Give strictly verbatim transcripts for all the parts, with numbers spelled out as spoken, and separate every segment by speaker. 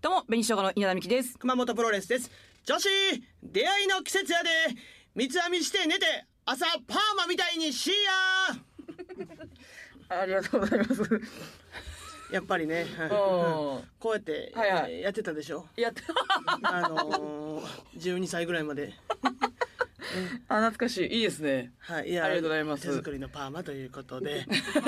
Speaker 1: どうも紅生姜の稲田美希です。
Speaker 2: 熊本プロレスです。女子出会いの季節やで、三つ編みして寝て朝パーマみたいにし
Speaker 1: ありがとうございます
Speaker 2: や。やっぱりね、こうやって、はいはい、やってたでしょ。
Speaker 1: やって
Speaker 2: あのー、じゅうにさいぐらいまで
Speaker 1: あ、懐かしい。いいですね。
Speaker 2: はい、いや、
Speaker 1: ありがとうございます。
Speaker 2: 手作りのパーマということで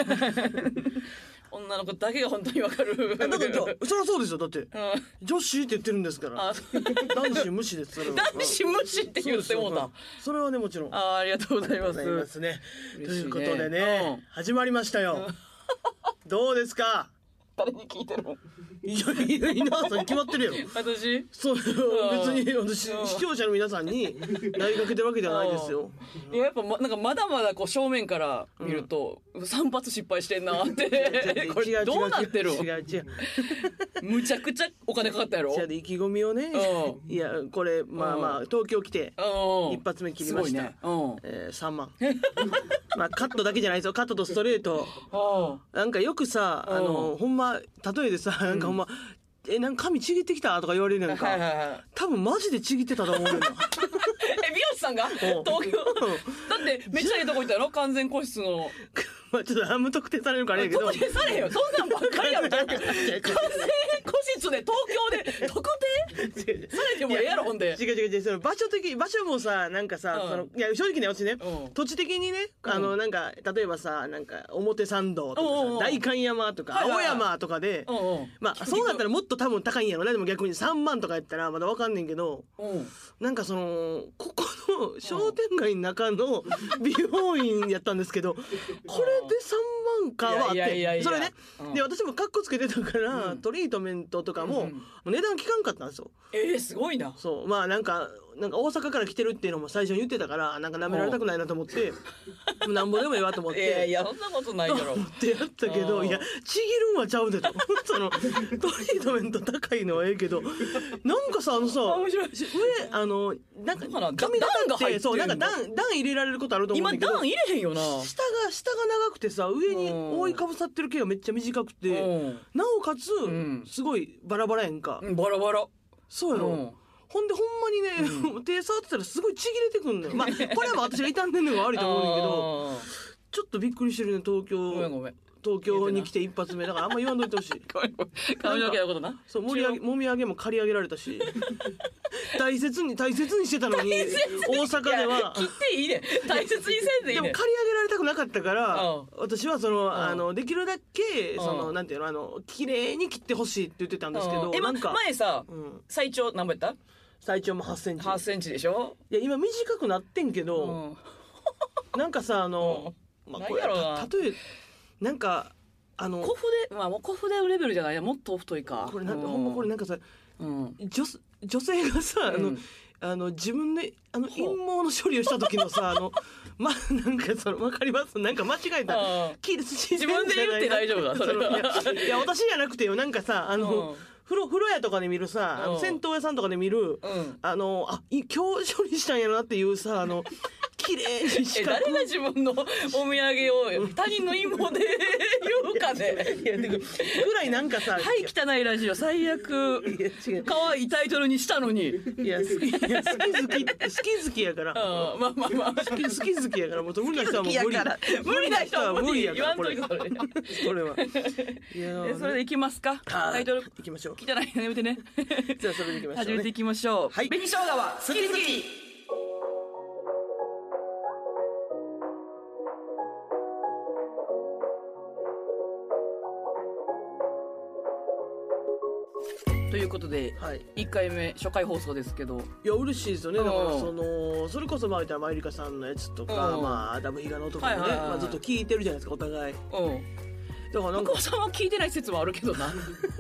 Speaker 1: 女の子だけが本当にわかる。
Speaker 2: だってそりゃそうですよ。だって、うん、女子って言ってるんですから男子無視です。それは
Speaker 1: 男子無視って言ってもうた。
Speaker 2: それはね、もちろん。
Speaker 1: あ、ありがとうございます。
Speaker 2: ありがとうございますね。ということでね、うん、始まりましたよ、うん、どうですか。
Speaker 1: 誰に聞いてるの。
Speaker 2: いやいや、稲田さんに決まってるやろ。
Speaker 1: 私
Speaker 2: そう、別に私視聴者の皆さんに投げかけてるわけではないですよ。
Speaker 1: いや、やっぱなんかまだまだこう正面から見ると、うん、散髪失敗してんなってこれどうなってる。
Speaker 2: 違う違う
Speaker 1: むちゃくちゃお金かかったやろ。
Speaker 2: 違う、意気込みをね、うん、いやこれまあまあ東京来て一発目切りました、ね、うんえー、さんまんまあカットだけじゃないですよ。カットとストレートなんかよくさ、あのほんま例えでさ、なんかほんま、うん、えなんか髪ちぎってきたとか言われるやんか、はいはいはい、多分マジでちぎってたと思うねんな
Speaker 1: え美容師さんが東京だってめっちゃいいとこ行ったやろ。完全個室の
Speaker 2: まあちょっとあんま特定されるからやけど、
Speaker 1: 特定されへんよ。そんなんばっかりやろ完全個室で東京で特定されてもええやろ。ほんで
Speaker 2: 違う違う違う、その場所的場所もさ、なんかさ、うん、そのいや正直ね、私ね、うん、土地的にね、あのなんか例えばさ、なんか表参道とかさ、うん、代官山とか、はいはい、青山とかで、うん、まあそうなったらもっと多分高いんやろね。でも逆にさんまんとかやったらまだわかんねんけど、うん、なんかそのここの商店街の中の美容院やったんですけど、これでさんまんかはあって、それね、うん、で私もカッコつけてたから、うん、トリートメントとかも、うん、もう値段聞かんかったんですよ。
Speaker 1: えー、すごいな。
Speaker 2: そう、まあなんかなんか大阪から来てるっていうのも最初に言ってたから、なんか舐められたくないなと思ってなんぼでもええわと思って、
Speaker 1: いやいやそんなことないだろ
Speaker 2: ってやったけど、いやちぎるんはちゃうでとそのトリートメント高いのはええけど、なんかさ、あのさ、面白い上あのなんか髪型ってそうなんか段段入れられることあると思うんだけど、
Speaker 1: 今段入れへんよな。
Speaker 2: 下が下が長くてさ、上に覆いかぶさってる毛がめっちゃ短くて、なおかつ、うん、すごいバラバラやんか。
Speaker 1: バラバラ。
Speaker 2: そうやろ、うん、ほんでほんまにね、うん、手触ってたらすごいちぎれてくんのよ。まあこれは私が傷んでんのが悪いと思うんだけどちょっとびっくりしてるね。東京
Speaker 1: ごめんごめん
Speaker 2: 東京に来て一発目だからあんま言わんといてほしい
Speaker 1: 髪の毛のことな。
Speaker 2: そう、もみあげもみあげも刈り上げられたし大切に大切にしてたのに大阪では
Speaker 1: 切っていいね、大切にせんでいいね。
Speaker 2: でも刈り上げられたくなかったから、私はそのあのできるだけそのなんていうの、あの綺麗に切ってほしいって言ってたんですけど、
Speaker 1: え、なんか前さ、うん、最長何本やった？
Speaker 2: 最長もはちセンチ。
Speaker 1: はちセンチでしょ。
Speaker 2: いや今短くなってんけど、うん、なんかさ、あの、うん、まあこれ例えなんかあの
Speaker 1: 小筆、まあもう小筆レベルじゃない、もっと太いか。
Speaker 2: これなんか、うん、ほんまこれなんかさ、うん、女, 女性がさ、うん、あのあの自分であの陰毛の処理をした時のさあのまあなんかその分かります？なんか間違えた。
Speaker 1: 自分で言って大丈夫だそれは。い
Speaker 2: や, いや私じゃなくてよ、なんかさあの、うん、風呂風呂屋とかで見るさ、あの銭湯屋さんとかで見る、うん、あのあ今日処理したんやなっていうさ、あの綺麗に四角い。
Speaker 1: 誰が自分のお土産を他人の陰謀で言うかね。
Speaker 2: いやぐらいなんかさ、
Speaker 1: はい汚いラジオ最悪。可愛いタイトルにしたのに。
Speaker 2: いや好き好き好き好きやから。
Speaker 1: あまあまあまあ
Speaker 2: 好き好き好きやから、もう無理な人はもう無理。
Speaker 1: 無理な人は無理やから。言わんといて
Speaker 2: それは。いや
Speaker 1: それでいきますか。タイトル
Speaker 2: いきましょう。
Speaker 1: 汚いのやめてね。
Speaker 2: じゃあそれでいきましょう。
Speaker 1: 始めていきましょう。
Speaker 2: はい。
Speaker 1: 紅生姜は好き好き。ということで、はい、いっかいめ初回放送ですけど、
Speaker 2: いや嬉しいですよね。だからそのそれこそまあ言ったらマユリカさんのやつとか、まあアダムヒガのとかね、はいはいはい、まあずっと聞いてるじゃないですかお互い。
Speaker 1: だからなんかさんは聞いてない説はあるけどな。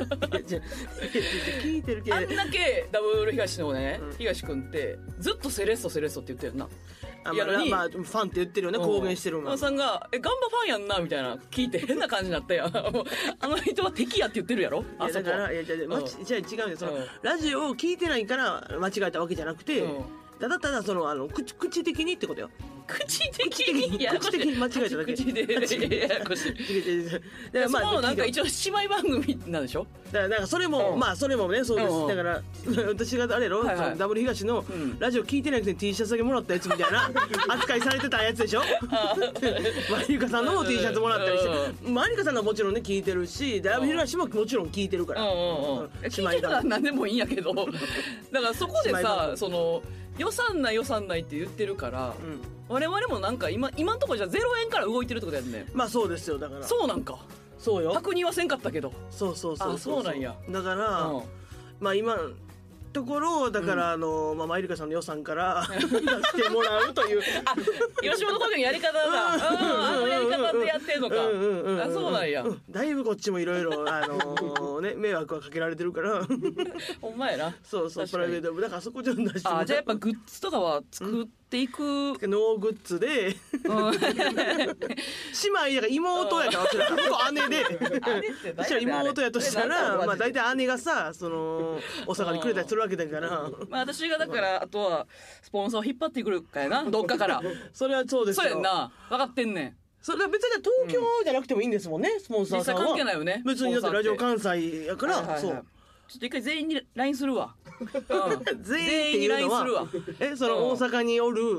Speaker 2: 聞いてるけど、
Speaker 1: あんだけダブル東のね、うん、東君ってずっとセレッソセレッソって言ってるな。
Speaker 2: あ、まあ、まあ、ファンって言ってるよね、公言してる
Speaker 1: の。さんがえガンバファンやんなみたいな聞いて変な感じになったやん。あの人は敵やって言ってるやろ。
Speaker 2: いやだからいやじゃあ、うん、じゃあ違うんです。その、うん、ラジオを聞いてないから間違えたわけじゃなくて、うん、ただただそのあの口口的にってことよ。
Speaker 1: 口的にややこしい
Speaker 2: 口的に間違えただけ
Speaker 1: 口でややこしい
Speaker 2: だからまあ
Speaker 1: そうなんか一応姉妹番組なんでしょ。
Speaker 2: だからなんかそれも、
Speaker 1: うん
Speaker 2: まあそれもねそうです、
Speaker 1: うん
Speaker 2: だから私があれやろ、
Speaker 1: はいはい
Speaker 2: そのダブル東の
Speaker 1: ん
Speaker 2: ラジオ聞いてなくて T シャツだけもらったやつみたいな扱いされてたやつでしょマリカさんのも T シャツもらったりしてマリカさんがもちろんね聞いてるしダブル東ももちろん聞いてるから、
Speaker 1: うんうんうん聞いてるのは何でもいいんやけどだからそこでさその予算ない予算ないって言ってるから、うん、我々もなんか今今んところじゃゼロえんから動いてるってことやんね。
Speaker 2: まあそうですよ。だから
Speaker 1: そうなんか
Speaker 2: そうよ。
Speaker 1: 確認はせんかったけど
Speaker 2: そうそうそうそう
Speaker 1: あそうなんや。
Speaker 2: だから、うん、まあ今ところだから、うん、あのまあマイリカさんの予算から出してもらうという
Speaker 1: あ吉本興業のやり方だあのやり方でやってるのかあそうなんや、うん、
Speaker 2: だいぶこっちもいろいろあのね迷惑はかけられてるから
Speaker 1: ほんまやな。
Speaker 2: そうそうプライベートだからそこちょっと出してもらう。
Speaker 1: あじゃあやっぱグッズとかは作っていく、うん、
Speaker 2: ノーグッズで姉妹やから妹やから姉で姉妹やとしたらまあ大体姉がさそのお下がりくれたりするわけだから、
Speaker 1: まあ私がだからあとはスポンサーを引っ張ってくるかやなどっかから
Speaker 2: それはそうですよ。
Speaker 1: そうやんな分かってんねん。
Speaker 2: それは別に東京じゃなくてもいいんですもんね、うん、スポンサーさんは
Speaker 1: 実際関係ないよね。
Speaker 2: 別にだってラジオ関西やから、はいはいはい、そう
Speaker 1: ちょっと一回全員に ライン するわ、うん、
Speaker 2: 全員に ライン するわ。えその大阪におる、うん、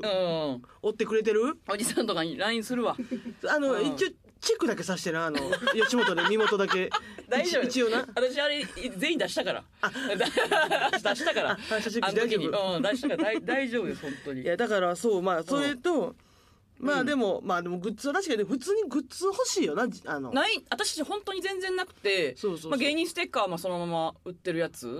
Speaker 2: 追ってくれてる
Speaker 1: おじさんとかに ライン するわ。
Speaker 2: あの、うん、一応チェックだけさしてなあの吉本で身元だけ
Speaker 1: 大丈夫
Speaker 2: 一応な
Speaker 1: 私あれ全員出したから出したからあ
Speaker 2: の時大丈夫、
Speaker 1: うん、出したから大丈夫です本当に。
Speaker 2: いやだからそうまあそれと、うんまあでも、うん、まあでもグッズは確かに普通にグッズ欲しいよな。あの
Speaker 1: ない私本当に全然なくてそうそうそう、まあ、芸人ステッカーはそのまま売ってるやつ、うん、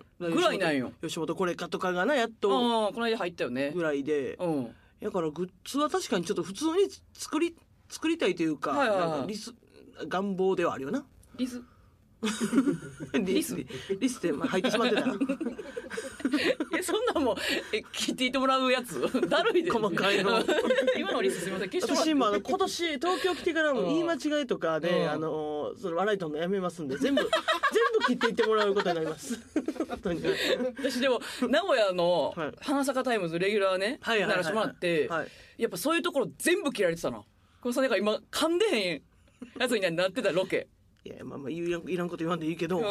Speaker 1: ぐらいなんよ。
Speaker 2: 吉本これかとかがなやっと
Speaker 1: この間入ったよね
Speaker 2: ぐらいで、うん、だからグッズは確かにちょっと普通に作り作りたいというか、はいはいはい、なんかリス願望ではあるよな。
Speaker 1: リス
Speaker 2: リスリスって入ってしまってた
Speaker 1: えそんなんもえ聞いていてもらうやつだるいで
Speaker 2: 細かいの
Speaker 1: 今のリスすみません消してもらって。
Speaker 2: 私今あの今年東京来てからも言い間違いとかで、うん、あのその笑いとんのやめますんで全部全部切っていってもらうことになります
Speaker 1: 私でも名古屋の花坂タイムズレギュラーね、はい、ならしてもらって、はい、やっぱそういうところ全部切られてたな。このさんねんか今噛んでへんやつになってたロケ。
Speaker 2: いやまあまあいらん、いらんこと言わんでいいけど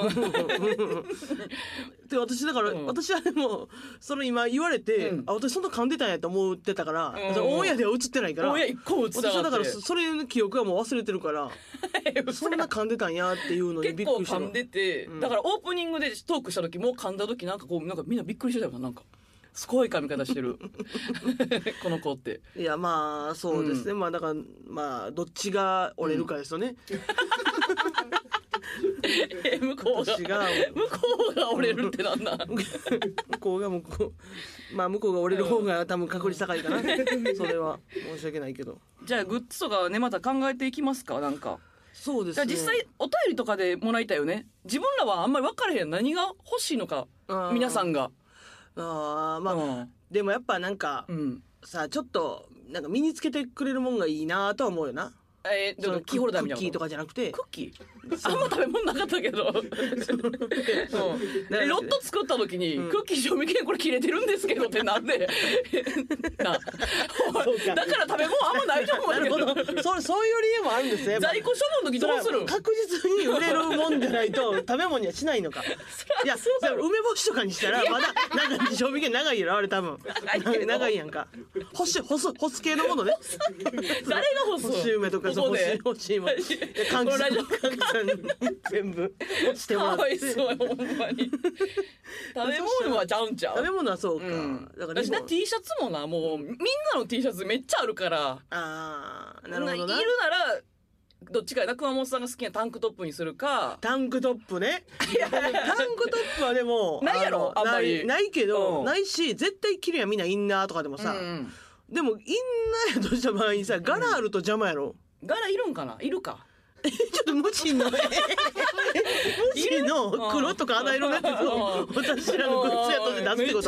Speaker 2: で私だから、うん、私はでもそれ今言われて、うん、あ私そんな噛んでたんやと思ってたから、うん、オンエアでは映ってないから
Speaker 1: オンエア一個も映ってなかった。
Speaker 2: 私はだからそれの記憶はもう忘れてるからそんな噛んでたんやっていうのにびっくりした。
Speaker 1: 結構噛んでて、うん、だからオープニングでトークした時も噛んだ時なんかこうなんかみんなびっくりしてたよな。なんかすごい噛み方してるこの子って。いやまあそうですね、うん、まあだからまあどっちが折れるかですよね、うん、向こうが向こうが折れるってなんだ
Speaker 2: 向こうが向こうまあ向こうが折れる方が多分確率高いかなそれは申し訳ないけど。
Speaker 1: じゃあグッズとかねまた考えていきますか。なんか
Speaker 2: そうですね。
Speaker 1: 実際お便りとかでもらいたいよね。自分らはあんまり分からへん何が欲しいのか皆さんが。
Speaker 2: あまあ、うん、でもやっぱなんか、うん、さあちょっとなんか身につけてくれるもんがいいなとは思うよな。
Speaker 1: えー、そのキーホルダーみたいな
Speaker 2: クッキーとかじゃなくて
Speaker 1: クッキーあんま食べ物なかったけどロット作った時に、うん、クッキー賞味期限これ切れてるんですけどってなんでなだから食べ物あんまないと思うけど
Speaker 2: なるほどそ, そういう理由もあるんですね。
Speaker 1: 在庫処分の時どうする。
Speaker 2: 確実に売れるもんじゃないと食べ物にはしないのかいや梅干しとかにしたらまだなんか賞味期限長いよあれ多分長いやんか。干す干す干す系のものね
Speaker 1: 誰が干す
Speaker 2: 干し梅とか欲しい欲しいもん。柑橘さん全部落ちてもらって。かわい
Speaker 1: そうほんまに。食べ物はちゃうんちゃう。
Speaker 2: 食べ物はそうか。うん、
Speaker 1: だから私な T シャツもなもうみんなの T シャツめっちゃあるから。
Speaker 2: ああなるほどな。
Speaker 1: いるならどっちかやな。熊本さんが好きなタンクトップにするか。
Speaker 2: タンクトップね。タンクトップはでも
Speaker 1: ないやろあんまり。
Speaker 2: ない、ないけど、うん、ないし絶対着るやんみんなインナーとかでもさ。うん、でもインナーやとした場合にさ柄あると邪魔やろ。
Speaker 1: 柄いるんかな。いるか。
Speaker 2: ちょっと無地の無地の黒とか肌色のやつを私らのグッズやとして出すってこと？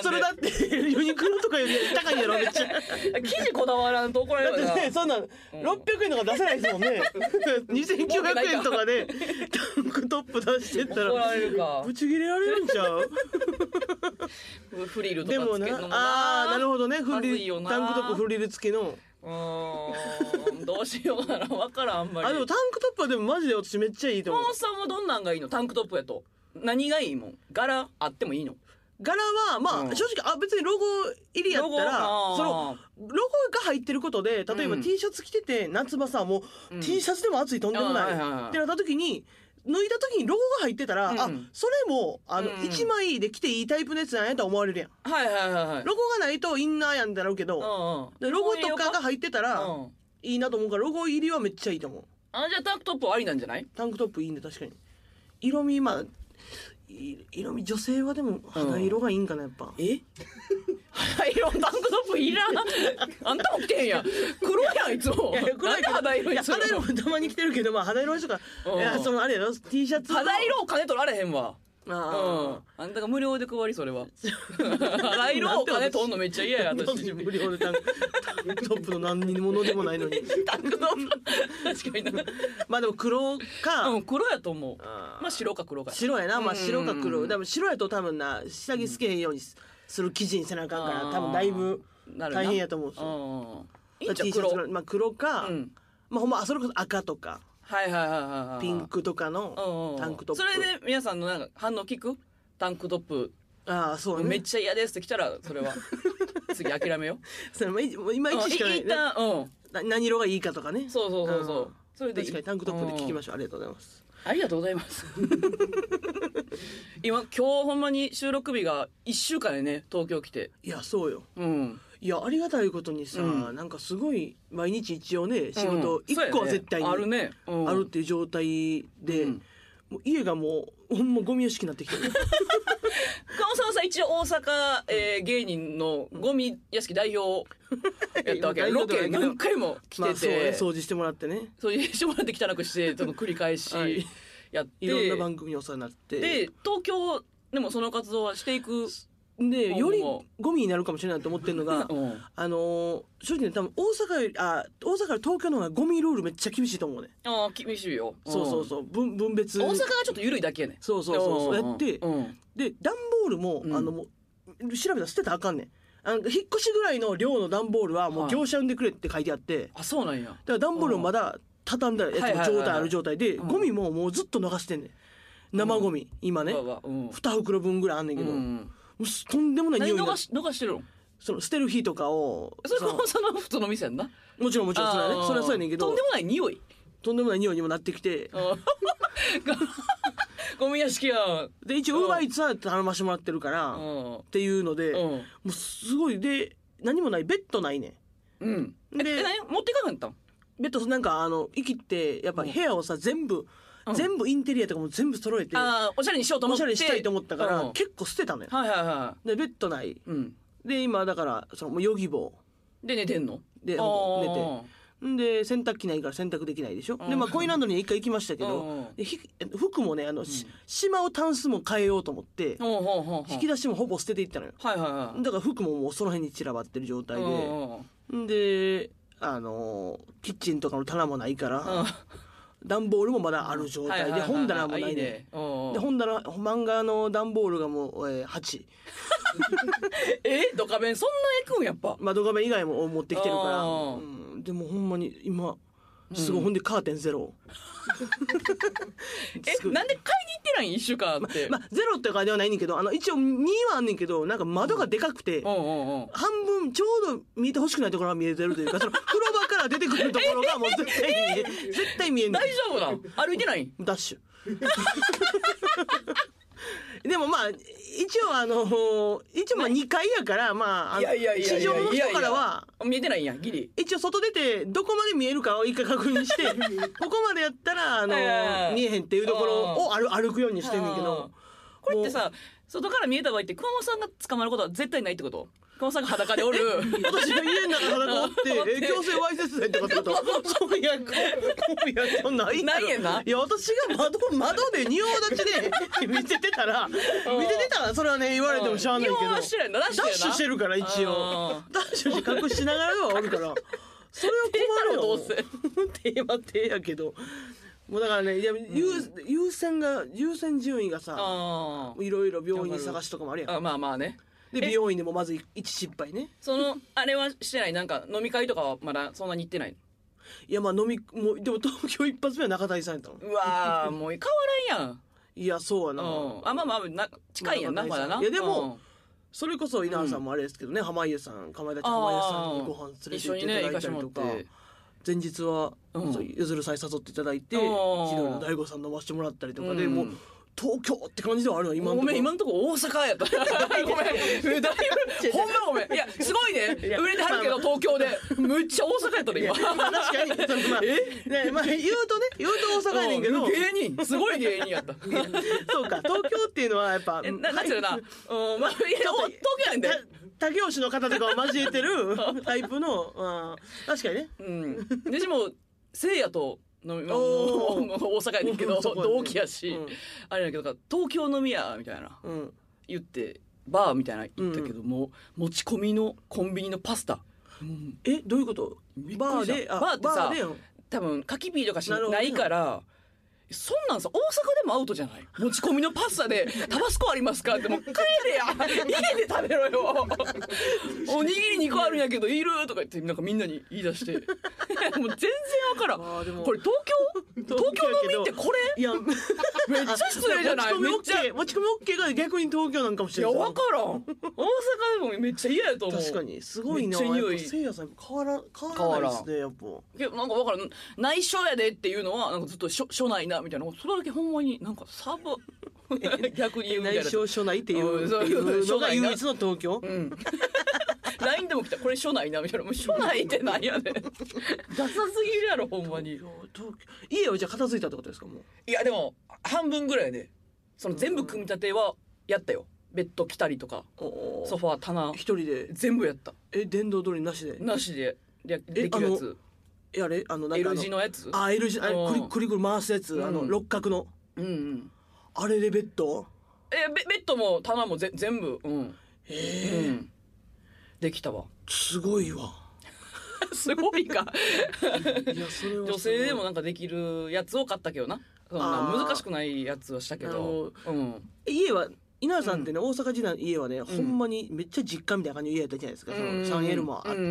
Speaker 2: それだってユニクロとかより高いやろめっちゃ。
Speaker 1: 生地こだわらんと怒られるよな。
Speaker 2: だってねそんなろっぴゃくえんとか出せないですもんね。にせんきゅうひゃくえんとかでタンクトップ出してったら
Speaker 1: 怒られるか。
Speaker 2: ぶち切れられるんちゃう？
Speaker 1: フリルとかつけるのもな。
Speaker 2: でもなあーなるほどね。フリルタンクトップフリル付きの。
Speaker 1: うーんどうしようかな分からんあんまり。
Speaker 2: あでもタンクトップはでもマジで私めっちゃいいと思う。
Speaker 1: 熊本さんはどんなんがいいの？タンクトップやと何がいいもん？柄あってもいいの？
Speaker 2: 柄はまあ、うん、正直あ別にロゴ入りやったらそのロゴが入ってることで例えば T シャツ着てて、うん、夏場さもう、うん、T シャツでも暑いとんでもない、はいはいはい、ってなった時に脱いだ時にロゴが入ってたら、うん、あそれもあの、うん、いちまいで着ていいタイプのやつなんやと思われるやん、
Speaker 1: はいはいはいはい、
Speaker 2: ロゴがないとインナーやんってなるけど、うんうん、ロゴとかが入ってたら、うん、いいなと思うからロゴ入りはめっちゃいいと思う。
Speaker 1: あじゃあタンクトップはありなんじゃない？
Speaker 2: タンクトップいいね確かに。色味まあ色味女性はでも肌色がいいんかなやっぱ、うん、え
Speaker 1: 肌色タンクトップいらんあんたも着てんや黒やんいつも。いや黒いけど
Speaker 2: 肌色にするの？肌色もたまに着てるけどまあ肌色の人がいやそのあれやろ T シャツ
Speaker 1: 肌色を金取られへんわ。あ、うん、あんたが無料で配りそれは肌色を金取んのめっちゃ嫌や私。
Speaker 2: 無料でタンクトップの何にものでもないのに
Speaker 1: タンクトップ確かにな。
Speaker 2: まあでも黒か、
Speaker 1: うん、黒やと思う。あまあ白か黒か
Speaker 2: 白やな、まあ白か黒。でも白やと多分な下着つけへんようにする生地にせなあかんから多分だいぶ大変やと思う。そういいんちゃう黒、まあ、黒か、うん、まあほんまそれこそ赤とか
Speaker 1: はいはいはいはい、
Speaker 2: ピンクとかのタンクトップ。
Speaker 1: それで皆さんのなんか反応聞く？タンクトップ
Speaker 2: ああそう、ね、
Speaker 1: めっちゃ嫌ですって来たらそれは次諦めよう。
Speaker 2: それ今一しかない、ね、うん、何色がいいかとかね。
Speaker 1: そうそうそうそう。
Speaker 2: それで確かにタンクトップで聞きましょう。ありがとうございます。
Speaker 1: ありがとうございます今今日ほんまに収録日がいっしゅうかんでね東京来て。
Speaker 2: いやそうよ、
Speaker 1: うん、
Speaker 2: いやありがたいことにさ、うん、なんかすごい毎日一応ね仕事いっこは絶対にあるね、うん、あるっていう状態で、うん、もう家がもうほんまゴミ屋敷になってきてる。
Speaker 1: 川沢さん一応大阪、えー、芸人のゴミ屋敷代表やったわけロケ何回も来てて、まあそうね、
Speaker 2: 掃除してもらってね
Speaker 1: 掃除してもらって汚くしてその繰り返しやって、
Speaker 2: はい、いろんな番組にお世話になって
Speaker 1: で東京でもその活動はしていく
Speaker 2: でよりゴミになるかもしれないと思ってるのが、うん、あの正直ね多分大阪よりあ大阪より東京の方がゴミルールめっちゃ厳しいと思うね。
Speaker 1: ああ厳しいよ、
Speaker 2: うん、そうそうそう 分, 分別
Speaker 1: 大阪がちょっと緩いだけやね。
Speaker 2: そうそうそうそうやって、うん、で段ボールも、うん、あのもう調べたら捨てたらあかんねん。あの引っ越しぐらいの量の段ボールはもう業者呼んでくれって書いてあって、はい、
Speaker 1: あそうなんや。だ
Speaker 2: から段ボールもまだ畳んだやつの状態ある状態で、ゴミももうずっと逃してんねん生ゴミ、うん、今ね、うん、に袋分ぐらいあんねんけど、うんとんでもない匂いが。
Speaker 1: 何逃し逃してるの？
Speaker 2: その捨てる日とかを
Speaker 1: それもその普通の店やんな。
Speaker 2: もちろんもちろんそれはねそれはそうやねんけど
Speaker 1: とんでもない匂い
Speaker 2: とんでもない匂いにもなってきて
Speaker 1: ゴミ屋敷やん
Speaker 2: で一応ウーバーイーツは頼ましてもらってるからっていうのでもうすごいで何もないベッドないね
Speaker 1: ん、うん、でえ何持っていかなかったん？
Speaker 2: ベッドなんかあの生きてやっぱ部屋をさ全部うん、全部インテリアとかも全部揃えて
Speaker 1: あおしゃれにしようと思って
Speaker 2: おしゃれしたいと思ったから、うん、結構捨てたのよ、
Speaker 1: はいはいはい、
Speaker 2: でベッドない、うん、で今だからそのもうヨギボ
Speaker 1: ーで寝てんの
Speaker 2: で寝てで洗濯機ないから洗濯できないでしょ。でまあコインランドリーに一回行きましたけどで服もねあの、うん、しまうタンスも変えようと思って引き出しもほぼ捨てていったのよ、
Speaker 1: はいはいはい、
Speaker 2: だから服ももうその辺に散らばってる状態でであのキッチンとかの棚もないから段ボールもまだある状態で本棚もないね。で本棚漫画の段ボールがもう、えー、はち
Speaker 1: えドカベンそんな行くんやっぱ。
Speaker 2: まあドカベン以外も持ってきてるから、うん、でもほんまに今すごい、うん、ほんでカーテンゼロ
Speaker 1: えなんで買いに行ってないんいっしゅうかんって、
Speaker 2: ままあ、ゼロってかではないねんけどあの一応にはあんねんけどなんか窓がでかくて、うん、半分ちょうど見えてほしくないところが見えてるというかその風呂場から出てくるところがもう絶対に絶対見えんねん。
Speaker 1: 大丈夫な歩いてない
Speaker 2: ダッシュでもまあ一応あの一応まあにかいやからまあ地上の人からは
Speaker 1: 見えてないんやギリ。
Speaker 2: 一応外出てどこまで見えるかを一回確認してここまでやったらあの見えへんっていうところを歩くようにしてんねんけど
Speaker 1: これってさ外から見えた場合って熊本さんが捕まることは絶対ないってこと？熊本さんが裸でおる
Speaker 2: 私が家の中裸おってえ強制わいせつ罪ってことそういやいやそんなんない
Speaker 1: ないやな。
Speaker 2: いや私が窓窓で仁王立ちで見せてたら見せてたらそれはね言われてもしゃあないけど
Speaker 1: 日本はしてないんだ。ダッシュやな
Speaker 2: ダッシュしてるから一応ダッシュして隠しながらはおるからそれは困るよ
Speaker 1: どうせ
Speaker 2: 手は手やけどもうだからねいや、うん、優, 優先が優先順位がさいろいろ病院探しとかもあるやん。
Speaker 1: あまあまあね。
Speaker 2: で美容院でもまず一失敗ね。
Speaker 1: そのあれはしてない？なんか飲み会とかはまだそんなに行ってない？
Speaker 2: いやまあ飲みもうでも東京一発目は中谷さんやったの。
Speaker 1: うわーもう変わらんやん。
Speaker 2: いやそうやな、うん、
Speaker 1: あまあまあな近いやんなまだな。
Speaker 2: いやでも、うん、それこそ稲葉さんもあれですけどね、うん、濱家さんかまいたち濱家さんにご飯連れて行っていただいたりとか、ね、前日は、うん、ゆずるさんに誘っていただいて千鳥の大悟さん飲ませてもらったりとかで、うん、もう東京って感じではあるの今のところ。ごめん
Speaker 1: 今のところ大阪やったごめんだいぶほんまごめんいやすごいね売れてはるけど東京でむっちゃ大阪やったね今
Speaker 2: 確かにその、まあえねまあ、言うとね言うと大阪やねんけど
Speaker 1: 芸人すごい芸人やった
Speaker 2: そうか東京っていうのはやっぱ
Speaker 1: えななんちゅうな、うんまあ、いや東京やんで
Speaker 2: 他業種の方とかを交えてるタイプの、うん、確かにね、
Speaker 1: うん、でもせいやとの大阪やねんけど、ね、同期やし、うん、あれだけど東京飲み屋みたいな、うん、言ってバーみたいな言ったけども、うん、持ち込みのコンビニのパスタ、
Speaker 2: うん、えどういうこと？バーで
Speaker 1: バーってさ多分カキピーとかしないからそんなんさ大阪でもアウトじゃない？持ち込みのパスタでタバスコありますかってもう帰れや家で食べろよおにぎりにこあるんやけどいるとか言ってなんかみんなに言い出してもう全然わからん。これ東京東京飲みってこれいやめっちゃ失礼じゃない？
Speaker 2: 持ち込み OK 持ち込み OK が逆に東京なんかもしれない。
Speaker 1: いやわからん大阪でもめっちゃ嫌やと思う。
Speaker 2: 確かにすごいな。めっちゃ匂い。せいやさん変わら変わらないですねやっぱ。
Speaker 1: いやなんかわからん内緒やでっていうのはなんかずっと所内なみたいなそれだけほんまになんかサブ逆に言うみたいな
Speaker 2: 内緒所内っていうのが唯一の東京、うん、
Speaker 1: ライン でも来たこれ所内なみたいなもう所内ってなんやねんダサすぎるやろほんまに。
Speaker 2: 家はじゃあ片付いたってことですか？もう
Speaker 1: いやでも半分ぐらいでその全部組み立てはやったよ。ベッド来たりとかソファー棚
Speaker 2: 一人で
Speaker 1: 全部やった。
Speaker 2: え電動ドリなしで
Speaker 1: なしででできるやつ
Speaker 2: あれあのなんか
Speaker 1: L 字のやつ
Speaker 2: あ L 字あクリクリクリ回すやつ、うん、あの六角のうんうんあれでベッド
Speaker 1: えベベッドも棚もぜ全部うんへえ、うん、できたわ。
Speaker 2: すごいわ
Speaker 1: すごいか
Speaker 2: いやそれは
Speaker 1: 女性でもなんかできるやつを買ったけどなそんな難しくないやつはしたけど、うん、
Speaker 2: 家は稲田さんってね、うん、大阪時代の家はね、うん、ほんまにめっちゃ実家みたいな感じの家やったじゃないですか、うん、その スリーエル もあって、うん、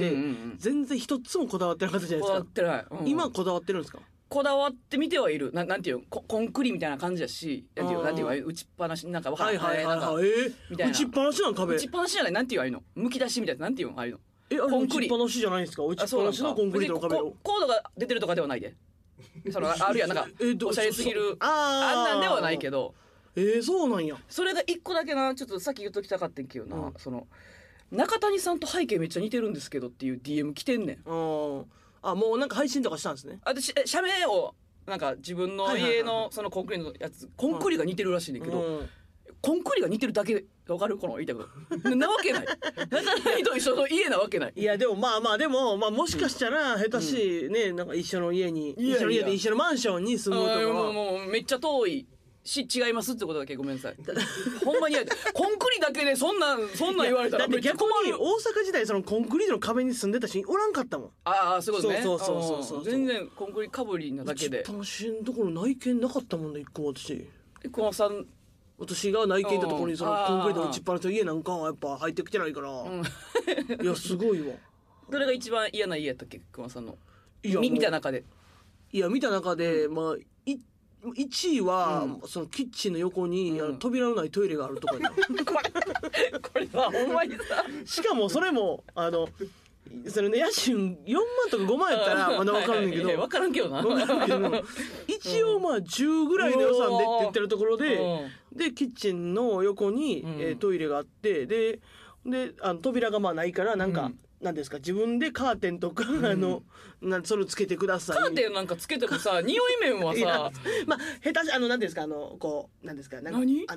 Speaker 2: 全然一つもこだわってなかったじゃないですか。こだわってない、うん、今こだわってるんですか？
Speaker 1: こだわってみてはいる。ななんていうココンクリみたいな感じだしなんていうなんていう打ちっぱなしなんかわからないはいはいはいはい、えー、みたいな
Speaker 2: 打ちっぱなしなん壁
Speaker 1: 打ちっぱなしじゃないなんていうああいうのむき出しみたいななんていうのああいうの
Speaker 2: えあれ打ちっぱなしじゃないんですか？打ちっぱなしのコンクリートの壁を
Speaker 1: コードが出てるとかではないでそのあるやんなんかおしゃれすぎるあんなんではないけど
Speaker 2: えー、そうなんや。
Speaker 1: それが一個だけなちょっとさっき言っときたかったんけどな、うん、その中谷さんと背景めっちゃ似てるんですけどっていう ディーエム 来てんねん。
Speaker 2: ああもうなんか配信とかしたんですね。
Speaker 1: 私社名をなんか自分の家のそのコンクリのやつコンクリが似てるらしいねんけど、うん、コンクリが似てるだけで分かるこの言いたいことなわけない中谷と一緒の家なわけない。
Speaker 2: いやでもまあまあでも、まあ、もしかしたら下手し、うん、ねなんか一緒の家に一緒の家で一緒のマンションに住むとかは
Speaker 1: もうもうめっちゃ遠いし違いますってことだけごめんなさいほんまにやコンクリだけでそんなんそんなん言われたらめっちゃ困る。
Speaker 2: だって逆に大阪時代そのコンクリートの壁に住んでた人おらんかったもん。
Speaker 1: ああそういうことね。
Speaker 2: そうそうそうそう
Speaker 1: 全然コンクリかぶりなだけで
Speaker 2: 楽しいところ内見なかったもんね一個も私。
Speaker 1: このさん
Speaker 2: 私が内見行ったところにそのコンクリートの打ちっぱなしの家なんかはやっぱ入ってきてないから、うん、いやすごいわ。
Speaker 1: どれが一番嫌な家やったっけ熊さんのいや見た中で。
Speaker 2: いや見た中で、うん、まあいいちいは、うん、そのキッチンの横に、うん、あの扉のないトイレがあるとかこれ
Speaker 1: これはほんまにさ
Speaker 2: しかもそれもあのそれね家賃よんまんとかごまんやったらまだ分かるんだけど、はいはい、
Speaker 1: 分からんけどな
Speaker 2: 一応まあじゅうぐらいの予算でって言ってるところで、うん、でキッチンの横に、うんえー、トイレがあってでであの扉がまあないからなんか、うんなんですか自分でカーテンとか、うん、あのなそれをつけてください。
Speaker 1: カーテンなんかつけてもさ匂い面はさ
Speaker 2: まあ下手しあのなんですかあのこうなんですかなんか
Speaker 1: 何
Speaker 2: あの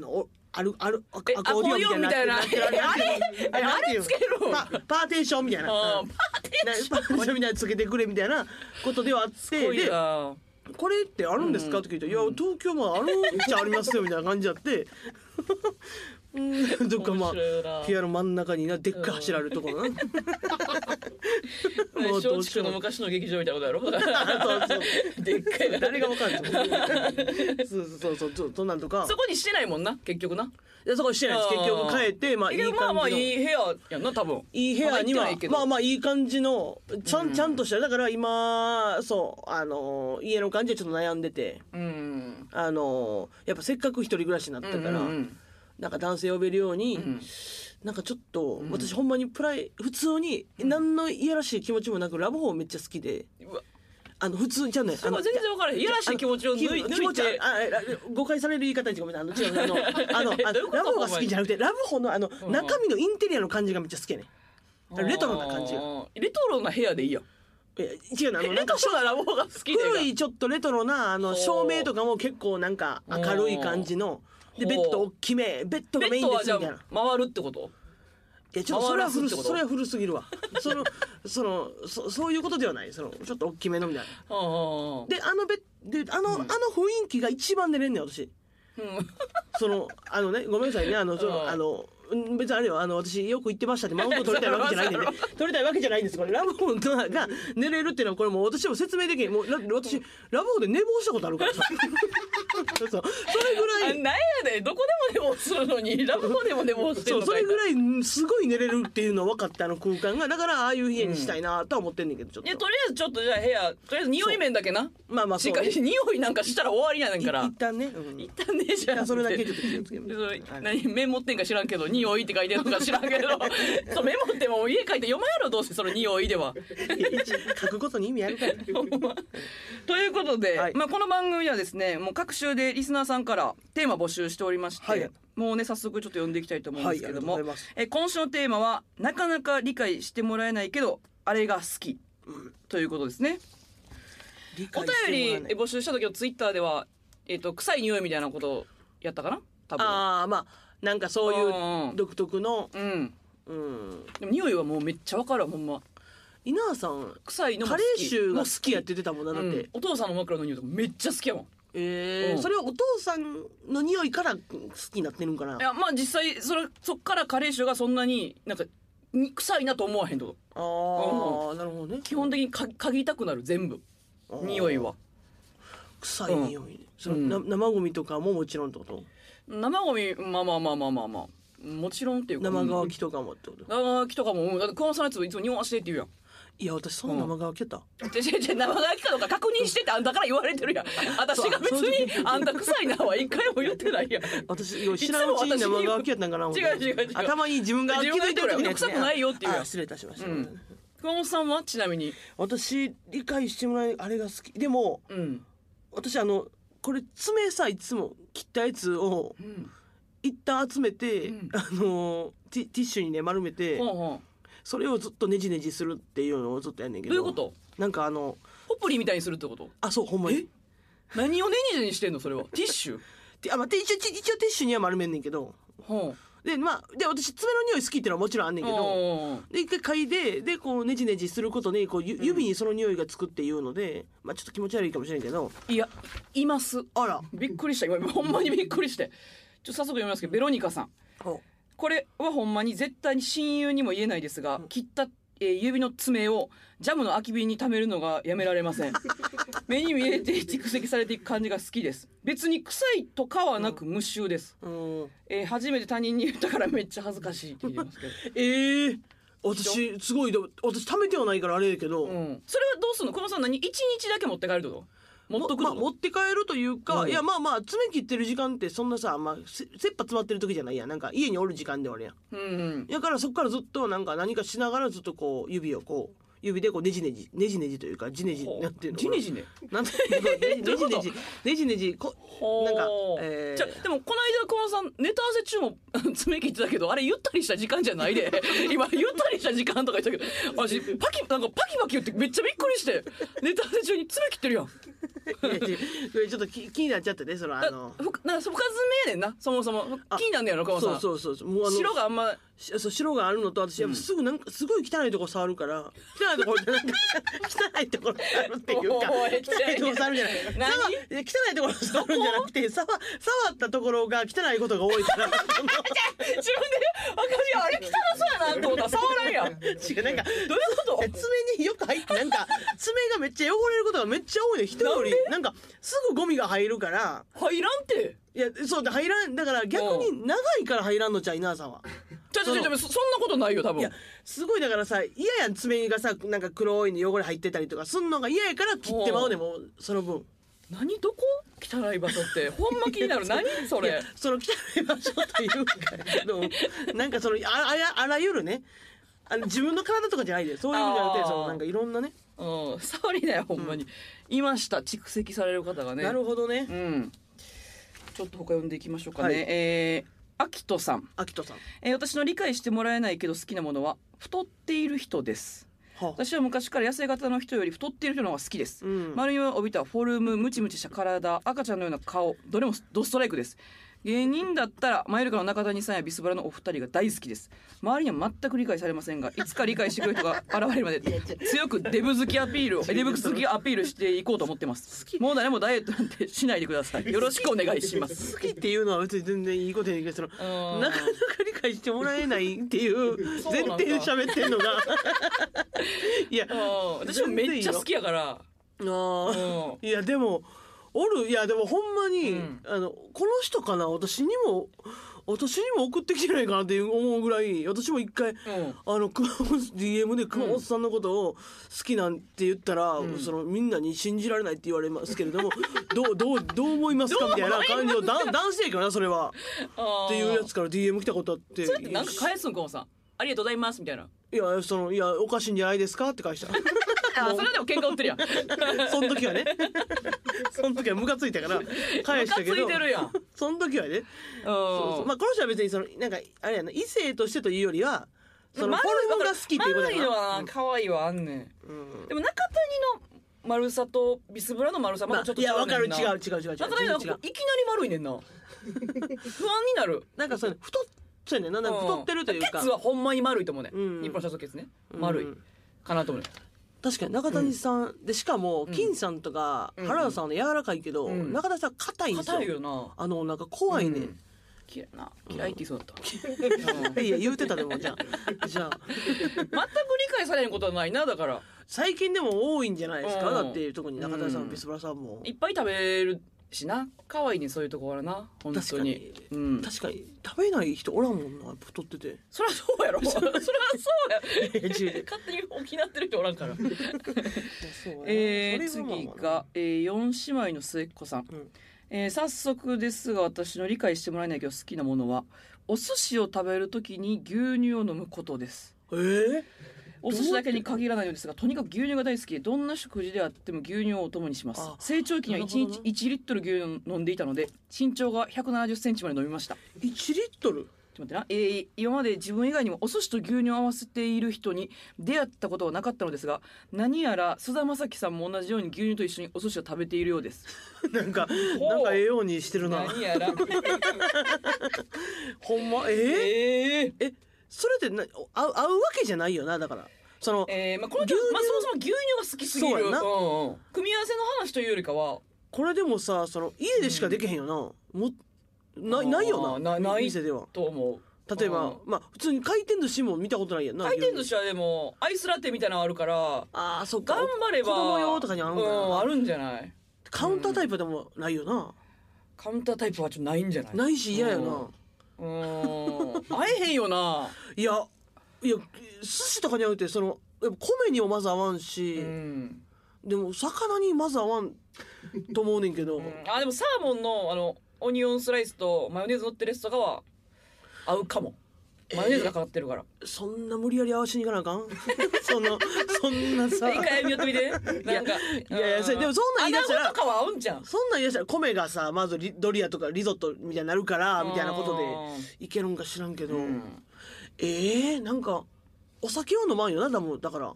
Speaker 2: あるあるアコーディオンみたいな
Speaker 1: あれあれつける
Speaker 2: パパーテーションみたいな
Speaker 1: パーテーション
Speaker 2: パーテーションみたいなつけてくれみたいなことではあってでこれってあるんですかって聞いて、いや東京もあるっちゃありますよみたいな感じやってうんどっかまあ部屋の真ん中になでっかい柱あるところな
Speaker 1: 松竹の昔の劇場みたいなことやろ
Speaker 2: そうそう
Speaker 1: でっかい
Speaker 2: 誰がわかるんですよそうそうそうそんなんとか
Speaker 1: そこにしてないもんな結局な。
Speaker 2: いやそこしてないです結局帰ってまあいい感じの
Speaker 1: まあまあいい部屋やんな多分
Speaker 2: いい部屋にはまあまあいい感じのちゃん、
Speaker 1: うん、
Speaker 2: ちゃんとしただから今そうあの家の感じでちょっと悩んでて、
Speaker 1: うん、
Speaker 2: あのやっぱせっかく一人暮らしになったから、うんうんうん、なんか男性呼べるように、うん、なんかちょっと、うん、私ほんまにプライ普通に何のいやらしい気持ちもなくラブホーめっちゃ好きで、
Speaker 1: うわ
Speaker 2: あの普通じゃね
Speaker 1: あの全然分からへんいやらしい気持ちを抜いて気持ち
Speaker 2: あ誤解される言い方にごめんなさいあの違うあのあのあラブホが好きじゃなくてラブホのあの、うん、中身のインテリアの感じがめっちゃ好きやねレトロな感じが
Speaker 1: レトロな部屋でいいや
Speaker 2: 違うのあの
Speaker 1: なんかラブホが好きで
Speaker 2: 古いちょっとレトロなあの照明とかも結構なんか明るい感じのでベッド大きめベッドがメインですみたいな
Speaker 1: 回るってこと？
Speaker 2: いやちょっとそれは古それは古すぎるわそのその そ, そういうことではないそのちょっと大きめのみたいなであのベであの、うん、あの雰囲気が一番寝れんねん私、うん、そのあのねごめんなさいねあのそのあの別にあれよあの私よく言ってましたってマウント取りたいわけじゃないんで、ね、取りたいわけじゃないんですこれラブホが寝れるっていうのはこれもう私も説明できんもう私ラブホで寝坊したことあるからさそうそれぐらい
Speaker 1: なんやでどこでも寝坊するのにラブホでも寝坊してるのかい
Speaker 2: そうそれぐらいすごい寝れるっていうの分かったあの空間がだからああいう家にしたいなとは思ってんねんけどちょっと
Speaker 1: いやとりあえずちょっとじゃあ部屋とりあえず匂い面だけな
Speaker 2: まあまあそう、
Speaker 1: ね、しっかり匂いなんかしたら終わりやねんから
Speaker 2: 一旦ね、
Speaker 1: うん、一旦ねじゃあ
Speaker 2: それだけちょっと気をつけます
Speaker 1: 何メモってんか知らんけど匂いって書いてるのか知らんけどそうメモっても家帰って読まやろどうせその匂いでは
Speaker 2: 書くことに意味あるから
Speaker 1: ということで、
Speaker 2: はい
Speaker 1: まあ、この番組はですねもう各週でリスナーさんからテーマ募集しておりまして、はい、もうね早速ちょっと読んでいきたいと思うんですけども、はい、え今週のテーマはなかなか理解してもらえないけどあれが好き、うん、ということですね。
Speaker 2: 理解
Speaker 1: お便り募集した時のツイッターでは、えーと、臭い匂いみたいなことやったかな多分
Speaker 2: ああまあなんかそういう独特の
Speaker 1: うん、うん、でも匂いはもうめっちゃ分かるほんま
Speaker 2: 稲葉さん
Speaker 1: 臭いのも
Speaker 2: 好きカレー臭が好きやって言ってたもんなだって、うん、
Speaker 1: お父さんの枕の匂いとかめっちゃ好きやもん
Speaker 2: えーうん、それはお父さんの匂いから好きになってるんかな。
Speaker 1: いやまあ実際それそっからカレー臭がそんなになんか臭いなと思わへんと
Speaker 2: ああ、うん、なるほどね。
Speaker 1: 基本的にか嗅ぎたくなる全部匂いは
Speaker 2: 臭い匂い、うん、その、うん、生ゴミとかももちろんってこと？
Speaker 1: 生ゴミまあまあまあまあまあまあもちろんっていうか
Speaker 2: 生乾きとかもってこと？
Speaker 1: 生乾きとかもだって熊さんのやついつも匂わしてって言うやん。
Speaker 2: いや私その生乾きやった、
Speaker 1: うん、生乾きかどうか確認してってあんたから言われてるやん私が別にあんた臭いなは一回も言ってないやん
Speaker 2: 私知らんうちに生乾きやったんかな
Speaker 1: 違う違う違う
Speaker 2: 頭に自分が気づいてる時に、ね、
Speaker 1: 臭くないよっていうやん
Speaker 2: 失礼いたしました、
Speaker 1: うん、熊本さんはちなみに
Speaker 2: 私理解してもらえあれが好きでも、うん、私あのこれ爪さいつも切ったやつを、うん、一旦集めて、うん、あのティ、ティッシュにね丸めて、ほうほうそれをずっとネジネジするっていうのをずっとやんねんけど。
Speaker 1: どういうこと？
Speaker 2: なんかあの
Speaker 1: ポプリみたいにするってこと？
Speaker 2: あそうほんまに。
Speaker 1: え？何をネジネジしてんのそれは？ティッシュ？
Speaker 2: あまあ、一応一応ティッシュには丸めんねんけど。ほう。でまあで私爪の匂い好きっていうのはもちろんあんねんけど。で一回嗅いででこうネジネジすることでこう指にその匂いがつくっていうので、うん、まあちょっと気持ち悪いかもしれんけど。
Speaker 1: いやいます。
Speaker 2: あら
Speaker 1: びっくりした今ほんまにびっくりして。ちょっと早速読みますけどベロニカさん。これはほんまに絶対に親友にも言えないですが、うん、切ったえー、指の爪をジャムの空き瓶に溜めるのがやめられません目に見えて蓄積されていく感じが好きです。別に臭いとかはなく無臭です、うんえー、初めて他人に言ったからめっちゃ恥ずかしいって言いますけど
Speaker 2: えー私すごい私溜めてはないからあれやけど、うん、
Speaker 1: それはどうすんの？このさん何いちにちだけ持って帰るってこと？持っとくの、
Speaker 2: ま、持って帰るというか、うん、いやまあまあ爪切ってる時間ってそんなさ、まあ、せ切羽詰まってる時じゃないやんなんか家におる時間でおるやん、うんうん、だからそっからずっとなんか何かしながらずっとこう指をこう指でこうネジネジネジネジというかジネジなんていうの
Speaker 1: ジネジネ
Speaker 2: なんていうのネジネジネジネジこなんか、
Speaker 1: えー、じゃでもこの間熊さんネタ合わせ中も爪切ってたけどあれゆったりした時間じゃないで今ゆったりした時間とか言ったけど私パキなんかパキパキ言ってめっちゃびっくりしてネタ合わせ中に爪切ってるやん
Speaker 2: ちょっと気気になっちゃってねそのあの
Speaker 1: ふなんか深爪やねんなそもそも気になんねやろ川さん。
Speaker 2: そうそうそうもうあの
Speaker 1: 白があんま
Speaker 2: そう白があるのと私やっぱすぐなんかすごい汚いとこ触るから汚いところなんか汚いところ触るっていうか汚いところ触るじゃない
Speaker 1: 何
Speaker 2: 触汚いところ触るんじゃなくて触触ったところが汚いことが多いから
Speaker 1: 自分で私あれ汚そうやなと思ったら触らんやん。違うなんか
Speaker 2: どういう
Speaker 1: こと
Speaker 2: 爪によく入ってなんか爪がめっちゃ汚れることがめっちゃ多いね人よりなんかすぐゴミが入るから
Speaker 1: 入らんて。
Speaker 2: いやそうで入らんだから逆に長いから入らんのちゃう稲田さんは。
Speaker 1: ちょちょちょそんなことないよ多分。
Speaker 2: いやすごいだからさ嫌やん爪がさなんか黒いの汚れ入ってたりとかすんのが嫌やから切ってまうねもうその分。
Speaker 1: 何どこ汚い場所ってほんま気になる何それ。
Speaker 2: その汚い場所というかのなんかそのああやあらゆるねあの自分の体とかじゃないでそういう意味じゃなくてそのなんかいろんなね
Speaker 1: うん触りだよほんまに、うん、いました蓄積される方がね。
Speaker 2: なるほどね。
Speaker 1: うんちょっと他読んでいきましょうかね、はい、えーアキトさん、
Speaker 2: アキトさん、
Speaker 1: えー、私の理解してもらえないけど好きなものは太っている人です、はあ、私は昔から痩せ型の人より太っている人の方が好きです、うん、丸みを帯びたフォルムムチムチした体赤ちゃんのような顔どれもドストライクです。芸人だったらマユリカの中谷さんやビスブラのお二人が大好きです。周りには全く理解されませんがいつか理解してくれる人が現れるまで強くデブ好きアピールをデブ好きアピールしていこうと思ってます。もう誰もダイエットなんてしないでください。よろしくお願いします。
Speaker 2: 好きっていうのは別に全然いいことやねんけどそのなかなか理解してもらえないっていう前提で喋ってんのがいや
Speaker 1: 私もめっちゃ好きやから
Speaker 2: あいやでもおるいやでもほんまに、うん、あのこの人かな私にも私にも送ってきてないかなって思うぐらい私も一回、うん、あの熊本 ディーエム で熊本さんのことを好きなんて言ったら、うん、そのみんなに信じられないって言われますけれどもどうどうどう思いますかみたいな感じの男性かなそれはっていうやつから ディーエム 来たことあって
Speaker 1: それってなんか返すんかもさありがとうございますみたいな。
Speaker 2: いやそのいやおかしいんじゃないですかって返した
Speaker 1: あそれでも喧嘩売ってるやん
Speaker 2: その時はねその時はムカついたから返したけど
Speaker 1: ムカついてるやん
Speaker 2: その時はねそうそうまあこの人は別にそのなんかあれやな異性としてというよりはそのフォルムが好きっていうことやな。
Speaker 1: 丸いのは可愛いはあんねん、うん、でも中谷の丸さとビスブラの丸さまだちょっと違うねんな、まあ、いや分かる違う違う違う違う中谷なんかいきなり丸いねんな不安になる
Speaker 2: なんかそれ太っそうやねんなんか太ってるというか
Speaker 1: ケツはほんまに丸いと思うね、うん、日本のシャツケツね丸い、うん、かなと思うね。
Speaker 2: 確かに中谷さん、うん、でしかも金さんとか原田さんは柔らかいけど、うん、中谷さん硬いんですよ。
Speaker 1: 硬いよな
Speaker 2: あのなんか怖いね、うん、
Speaker 1: 嫌いな嫌いって言いそうだった、
Speaker 2: うん、いや言うてたでもじゃあじゃあ
Speaker 1: 全く理解されへんことはないな。だから
Speaker 2: 最近でも多いんじゃないですか、うん、だって特に中谷さん、うん、ビスブラさんも
Speaker 1: いっぱい食べるしな可愛いねそういうところな本当に。確かに、
Speaker 2: うん、確かに食べない人おらんもんな太ってて。
Speaker 1: そりゃそうやろそりゃそうや勝手に沖縄ってる人おらんからえー、次が、えー、よん姉妹の末っ子さん、うんえー、早速ですが私の理解してもらえないけど好きなものはお寿司を食べるときに牛乳を飲むことです。
Speaker 2: えー
Speaker 1: お寿司だけに限らないのですがとにかく牛乳が大好きでどんな食事であっても牛乳をお供にします。成長期にはいちにちいちリットル牛乳を飲んでいたので身長がひゃくななじゅっセンチまで伸びました。
Speaker 2: いちリットル
Speaker 1: ちょっと待ってな、えー、今まで自分以外にもお寿司と牛乳を合わせている人に出会ったことはなかったのですが何やら菅田将暉さんも同じように牛乳と一緒にお寿司を食べているようです
Speaker 2: なんかなんかええようにしてるな
Speaker 1: 何やら
Speaker 2: ほんまえー、えー、えそれってな合う合うわけじゃないよな。だからその、
Speaker 1: えーまあ、この人まあ、そもそも牛乳が好きすぎる、うんうん、組み合わせの話というよりかは
Speaker 2: これでもさその家でしかできへんよな、うん、もなないよな
Speaker 1: ない
Speaker 2: 店では
Speaker 1: と思
Speaker 2: う。例えば、まあ普通に回転寿司も見たことないやんな。
Speaker 1: 回転寿司はでもアイスラテみたいなのあるから
Speaker 2: あーそっか
Speaker 1: 頑張れば
Speaker 2: 子供用とかにあるんかな、
Speaker 1: うん、あるんじゃない。
Speaker 2: カウンタータイプでもないよな、うん、
Speaker 1: カウンタータイプはちょっとないんじゃない。
Speaker 2: ないし嫌やな。
Speaker 1: うん会えへんよな。
Speaker 2: いやいや寿司とかに合うってその米にもまず合わんし、うん、でも魚にまず合わんと思うねんけど、うん、
Speaker 1: あでもサーモンのあのオニオンスライスとマヨネーズ乗ってるやつとかは合うかも。マヨネーズがかかってるから、
Speaker 2: えー、そんな無理やり合わしにいかなあかんそのそんなさ
Speaker 1: 一回見よってみてなんか
Speaker 2: いやいやそれでもそんなん言い出したら
Speaker 1: 穴子とかは合うんじゃん。
Speaker 2: そんなん言い出したら米がさまずリドリアとかリゾットみたいになるからみたいなことでいけるんか知らんけど、うん、えー、なんかお酒は飲まんよな。だもんだから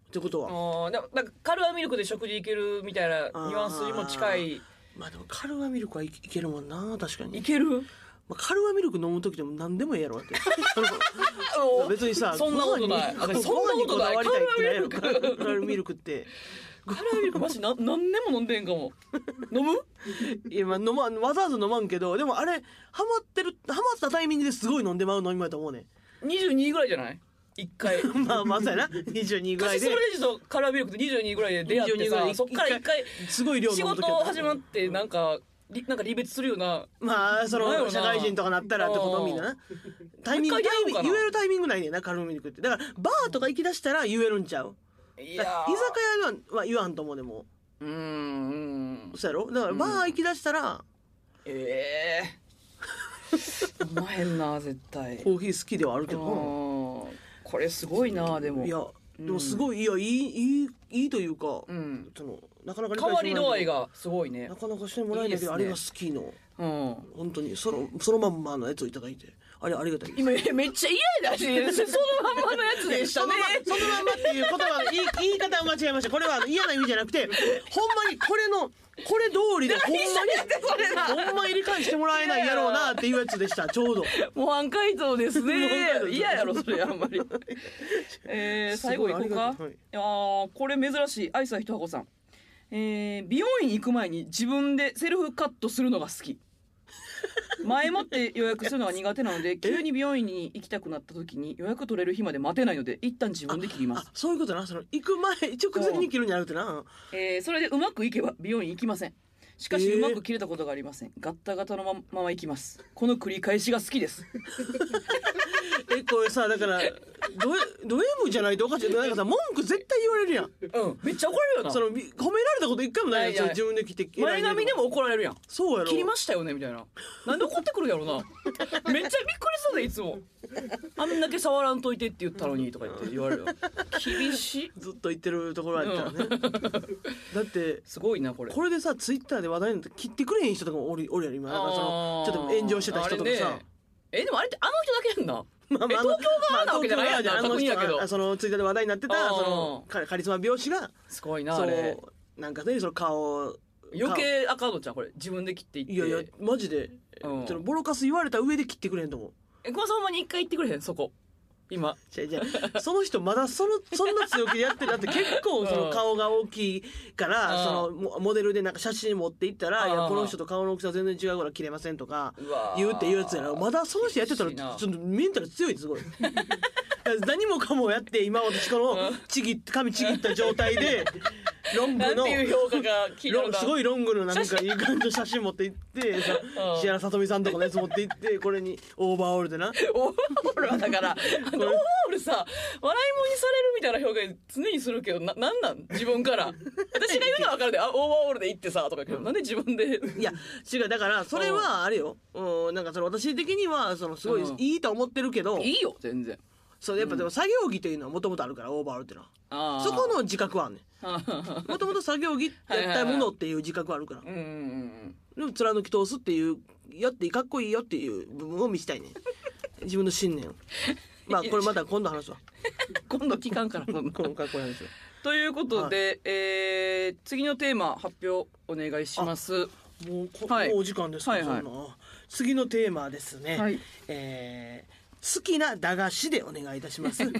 Speaker 2: ってことは
Speaker 1: あだなんかカルアミルクで食事いけるみたいなニュアンスにも近い。
Speaker 2: まあでもカルアミルクはいけるもんな確かに
Speaker 1: いける。
Speaker 2: まあ、カルアミルク飲む時でも何でもええやろって別にさ
Speaker 1: そんなことないそんなことないカルアミルク
Speaker 2: カルアミルクって
Speaker 1: カルアミルクマジな何年も飲んでんかも飲む
Speaker 2: いやまあ飲まんわざわざ飲まんけどでもあれハマってるハマったタイミングですごい飲んでまう飲み物やと思うね
Speaker 1: にじゅうにぐらいじゃない一回
Speaker 2: まあまあそうやなにじゅうにぐらいで
Speaker 1: それでちょっとカルアミルクってにじゅうにぐらいで出会ってさそっから一回
Speaker 2: すごい量飲
Speaker 1: 仕
Speaker 2: む時
Speaker 1: 事始まってなんかなんか離別するような
Speaker 2: まあその社会人とかなったらってことみんななタイミングタイミング言えるタイミングないねんなカルアミルクってだからバーとか行きだしたら言えるんちゃういや居酒屋は言わんと思うでも
Speaker 1: うーん
Speaker 2: そうやろだからバー行きだしたら、うん、
Speaker 1: ええー、飲まへんな絶対
Speaker 2: コーヒー好きではあるけど
Speaker 1: これすごいなでも
Speaker 2: いやでもすごい、うん、いやいいいいいいというか、
Speaker 1: うん、
Speaker 2: そのなかなか
Speaker 1: 変わり度合いがすごいね
Speaker 2: なかなかしてもらえないけど、ね、あれが好きの、
Speaker 1: うん、
Speaker 2: 本当にそのそのまんまのやつをいただいてあれありがたい
Speaker 1: 今めっちゃ嫌だしそのまんまのやつでしたね
Speaker 2: そのまんまっていう言葉言い言い方を間違えましたこれは嫌な意味じゃなくてほんまにこれのこれ通りでほんまにほんまに理解してもらえないやろうなっていうやつでしたちょうど
Speaker 1: 模範解答ですね嫌やろそれあんまりえー、最後いこうか、はい、あこれ珍しい愛さひとはこさん、えー、美容院行く前に自分でセルフカットするのが好き前もって予約するのが苦手なので急に美容院に行きたくなった時に予約取れる日まで待てないので一旦自分で切ります。
Speaker 2: ああそういうことなその行く前直前に切るんじゃなくてな、
Speaker 1: えー、それでうまくいけば美容院行きません。しかしうまく切れたことがありません。ガッタガタのままま行きます。この繰り返しが好きです
Speaker 2: えこれさだからド M じゃないとおかしいなんかさ文句絶対言われるやん
Speaker 1: うんめっちゃ怒られるよな
Speaker 2: その褒められたこと一回もないやん自分で切って
Speaker 1: 前髪でも怒られるやん
Speaker 2: そうやろ
Speaker 1: 切りましたよねみたいななんで怒ってくるやろなめっちゃびっくりするでいつもあんだけ触らんといてって言ったのにとか言って言われるよ厳しい
Speaker 2: ずっと言ってるところやったらね、うん、だって
Speaker 1: すごいなこれ
Speaker 2: これでさツイッターで話題になって切ってくれへん人とかもおるおるやろ今なんかそのちょっと炎上してた人とかさ、ね、
Speaker 1: えでもあれってあの人だけやんなまあまあ、東京側なわけじゃないやんな、確認やけど
Speaker 2: そのツイッターで話題になってたそのカリスマ美容師が
Speaker 1: すごいなあれ
Speaker 2: なんかねその顔
Speaker 1: 余計あかんのちゃんこれ自分で切っていって
Speaker 2: いやいやマジで、うん、そのボロカス言われた上で切ってくれへんと思う
Speaker 1: えこのさんまに一回言ってくれへんそこ今
Speaker 2: じゃじゃその人まだそのそんな強気でやってるだって結構その顔が大きいから、うん、そのモデルでなんか写真持っていったら、うん、いやこの人と顔の大きさ全然違うから切れませんとか言うっていうやつやなまだその人やってたらちょっとメンタル強いですごい何もかもやって今私このちぎ髪ちぎった状態でロングの
Speaker 1: なんていう評価が気になる
Speaker 2: すごいロングのなんかいい感じの写真持って行って石原さとみさんとかのやつ持って行ってこれにオーバーオールでな
Speaker 1: オーバーオールはだからオーバーオールさ笑い物にされるみたいな表現常にするけどななんなん自分から私が言うのは分かるであオーバーオールで行ってさとか言うけどなんで自分で
Speaker 2: いや違うだからそれはあれようんなんかその私的にはそのすごいいいと思ってるけど
Speaker 1: いいよ全然
Speaker 2: そうやっぱでも作業着というのはもともとあるからオーバーオールってのはそこの自覚はあんねんもともと作業着やったものっていう自覚はあるからでも貫き通すっていうやってかっこいいよっていう部分を見せたいね自分の信念をまあこれまた今度話すわ
Speaker 1: 今度聞かんからそんな
Speaker 2: かっこいい話
Speaker 1: ということで、はいえー、次のテーマ発表お願いします
Speaker 2: もうこ、はい、もうお時間ですか、はいはい、そんな次のテーマですね、はいえー好きな駄菓子でお願いいたします。はい、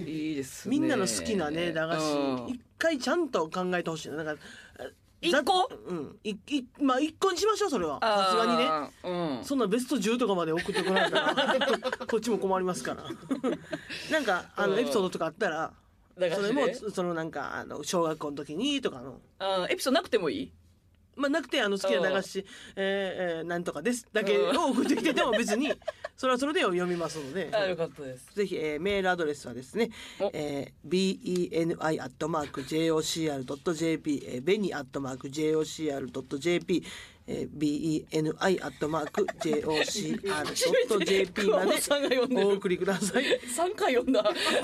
Speaker 1: いいですね。
Speaker 2: みんなの好きなね駄菓子一回ちゃんと考えてほしいな。なんか
Speaker 1: 一個？
Speaker 2: うん。いいまあ一個にしましょうそれは。さすがにね。うん。そんなベストじゅうとかまで送ってこないからこっちも困りますから。なんかあのエピソードとかあったら、それもそのなんかあの小学校の時にとかの。
Speaker 1: あエピソードなくてもいい？
Speaker 2: まあ、なくてあの好きな駄菓子、えーえー、なんとかですだけを送ってきてても別にそれはそれで読みますので
Speaker 1: あよかったです
Speaker 2: ぜひ、えー、メールアドレスはですね、えー、ビーイーエヌアイ アットマーク ジェイオーシーアール ドット ジェーピー、えー、ベニ アットマーク ジェイオーシーアール ドット ジェーピー、えー、ビーイーエヌアイ アットマーク ジェイオーシーアール ドット ジェーピー までお送りください
Speaker 1: さんかい読んだ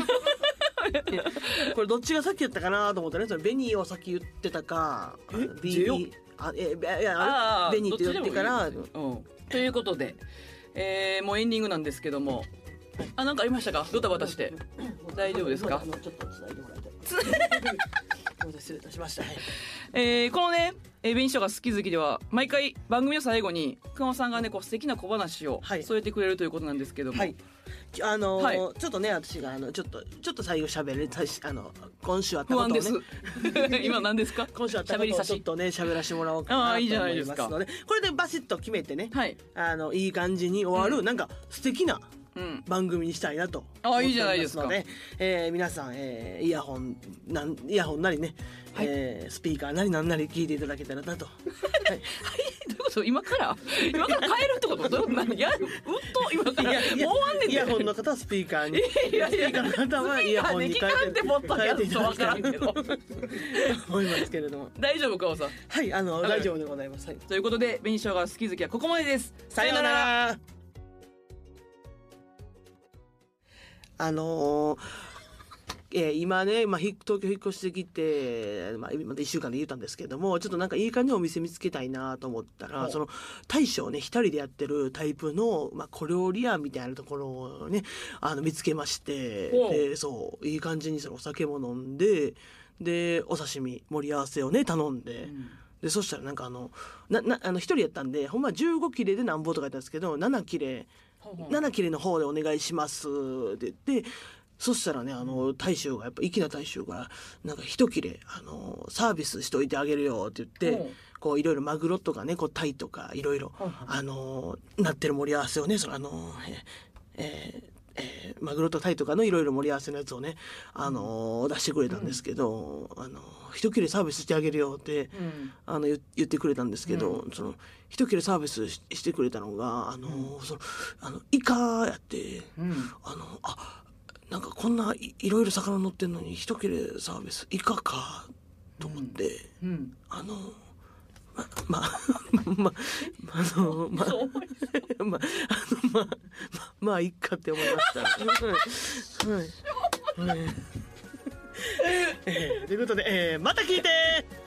Speaker 2: これどっちが先やったかなと思ったねそれベニを先言ってたか
Speaker 1: え
Speaker 2: ビーイーあえいやあれベニって言ってからいい、
Speaker 1: うん、ということで、えー、もうエンディングなんですけどもあなんかありましたかドタバタして大丈夫ですか？
Speaker 2: あのちょっとつないでもらいたい失礼いたしました、はい。
Speaker 1: えー、このね紅しょうが好き好きでは毎回番組の最後に熊本さんがねこう素敵な小話を添えてくれるということなんですけども、はい、
Speaker 2: あのーはい、ちょっとね私があのちょっとちょっと最後喋れあの今週あったことをね
Speaker 1: 不安です今何ですか？
Speaker 2: 今週あったことをちょっとね喋らせてもらおうかなと思いますので、これでバシッと決めてね、はい、あのいい感じに終わる、うん、なんか素敵な番組にしたいなと思っておりますので、えー、皆さん、えー、イヤホンなんイヤホンなりね、はい、えー、スピーカーなりなんなり聞いていただけたらなと。はい、はい、ど
Speaker 1: ういうこと？今から今から変えるってこと？どう何やる？うっと今からもう終わんねん。
Speaker 2: イヤホンの方はスピーカーに、いやいやスピーカーの方はイヤホンに変えて変えていただきたいと思いますけれども、
Speaker 1: 大丈夫かおさん？
Speaker 2: はい、あの大丈夫でございます。はい、
Speaker 1: ということで紅しょうが好き好きはここまでです。
Speaker 2: さようなら。あのーえー、今ね、まあ、東京引っ越してきて、まあ、またいっしゅうかんで言ったんですけども、ちょっとなんかいい感じのお店見つけたいなと思ったら、その大将ね一人でやってるタイプの、まあ、小料理屋みたいなところをねあの見つけまして、でそういい感じにそのお酒も飲んで、でお刺身盛り合わせをね頼んで、うん、でそしたらなんかあのななあの一人やったんでほんまじゅうご切れでなんぼとか言ったんですけどなな切れなな切れの方でお願いしますって言って、そしたらねあの大将がやっぱ粋な大将がなんか一切れあのサービスしといてあげるよって言って、こういろいろマグロとかねこうタイとかいろいろあのなってる盛り合わせをねそのあのええーえー、マグロとタイとかのいろいろ盛り合わせのやつをね、あのー、出してくれたんですけど、うん、あの一切れサービスしてあげるよって、うん、あの 言, 言ってくれたんですけど、うん、その一切れサービス し, してくれたのがあのーうん、そのあのイカやって、うん、あのあなんかこんない、いろいろ魚乗ってんのに一切れサービスイカかと思って、うんうん、あのま、まあ、ま、あの、ま、ま、あの、ま、ま、まあ、いっかって思いました。はい。はい。はい。えー、ということで、えー、また聞いてー